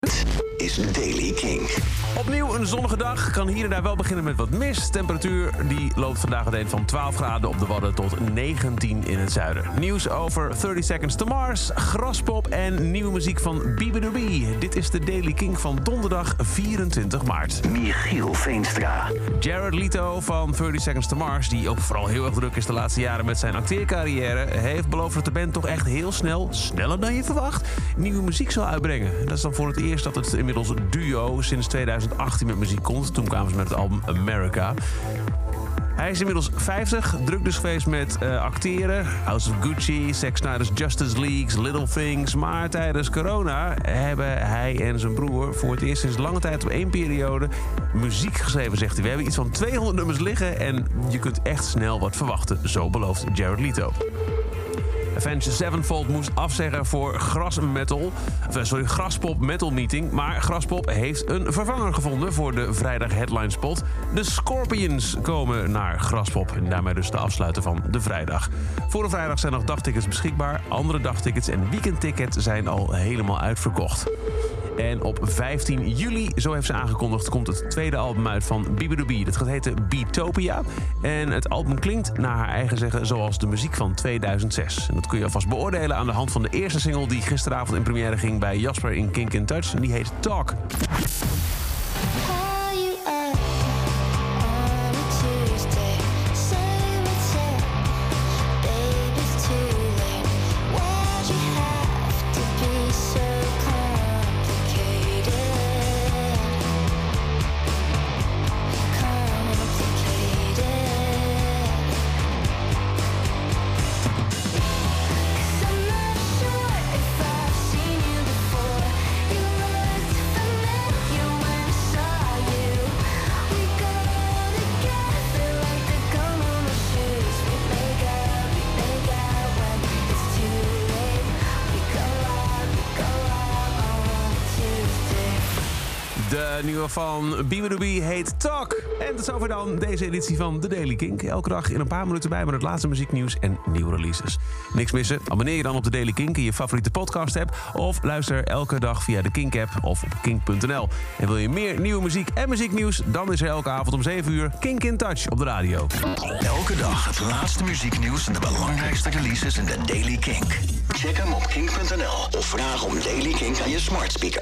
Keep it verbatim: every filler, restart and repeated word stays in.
Is Daily King. Opnieuw een zonnige dag. Kan hier en daar wel beginnen met wat mist. Temperatuur die loopt vandaag uiteen van twaalf graden op de Wadden tot negentien in het zuiden. Nieuws over thirty Seconds to Mars, Graspop en nieuwe muziek van Bibidobie. Dit is de Daily King van donderdag vierentwintig maart. Michiel Veenstra. Jared Leto van thirty Seconds to Mars, die ook vooral heel erg druk is de laatste jaren met zijn acteercarrière, heeft beloofd dat de band toch echt heel snel, sneller dan je verwacht, nieuwe muziek zal uitbrengen. Dat is dan voor het eerst dat het inmiddels duo sinds tweeduizend achttien met muziek komt. Toen kwamen ze met het album America. Hij is inmiddels vijftig, druk dus geweest met uh, acteren. House of Gucci, Zack Snyder's Justice League, Little Things. Maar tijdens corona hebben hij en zijn broer voor het eerst sinds lange tijd op één periode muziek geschreven, zegt hij. We hebben iets van tweehonderd nummers liggen en je kunt echt snel wat verwachten. Zo belooft Jared Leto. Avenged Sevenfold moest afzeggen voor Grasmetal, sorry, Graspop Metal Meeting. Maar Graspop heeft een vervanger gevonden voor de vrijdag headline spot. De Scorpions komen naar Graspop en daarmee dus de afsluiten van de vrijdag. Voor de vrijdag zijn nog dagtickets beschikbaar. Andere dagtickets en weekendtickets zijn al helemaal uitverkocht. En op vijftien juli, zo heeft ze aangekondigd, komt het tweede album uit van Bibidobie. Dat gaat heten Beatopia. En het album klinkt, naar haar eigen zeggen, zoals de muziek van tweeduizend zes. En dat kun je alvast beoordelen aan de hand van de eerste single die gisteravond in première ging bij Jasper in Kink in Touch. En die heet Talk. De nieuwe van Bibidobie heet Talk. En tot zover dan deze editie van The Daily Kink. Elke dag in een paar minuten bij met het laatste muzieknieuws en nieuwe releases. Niks missen? Abonneer je dan op The Daily Kink in je favoriete podcast app. Of luister elke dag via de Kink app of op kink punt n l. En wil je meer nieuwe muziek en muzieknieuws? Dan is er elke avond om zeven uur Kink in Touch op de radio. Elke dag het laatste muzieknieuws en de belangrijkste releases in The Daily Kink. Check hem op kink punt n l of vraag om Daily Kink aan je smart speaker.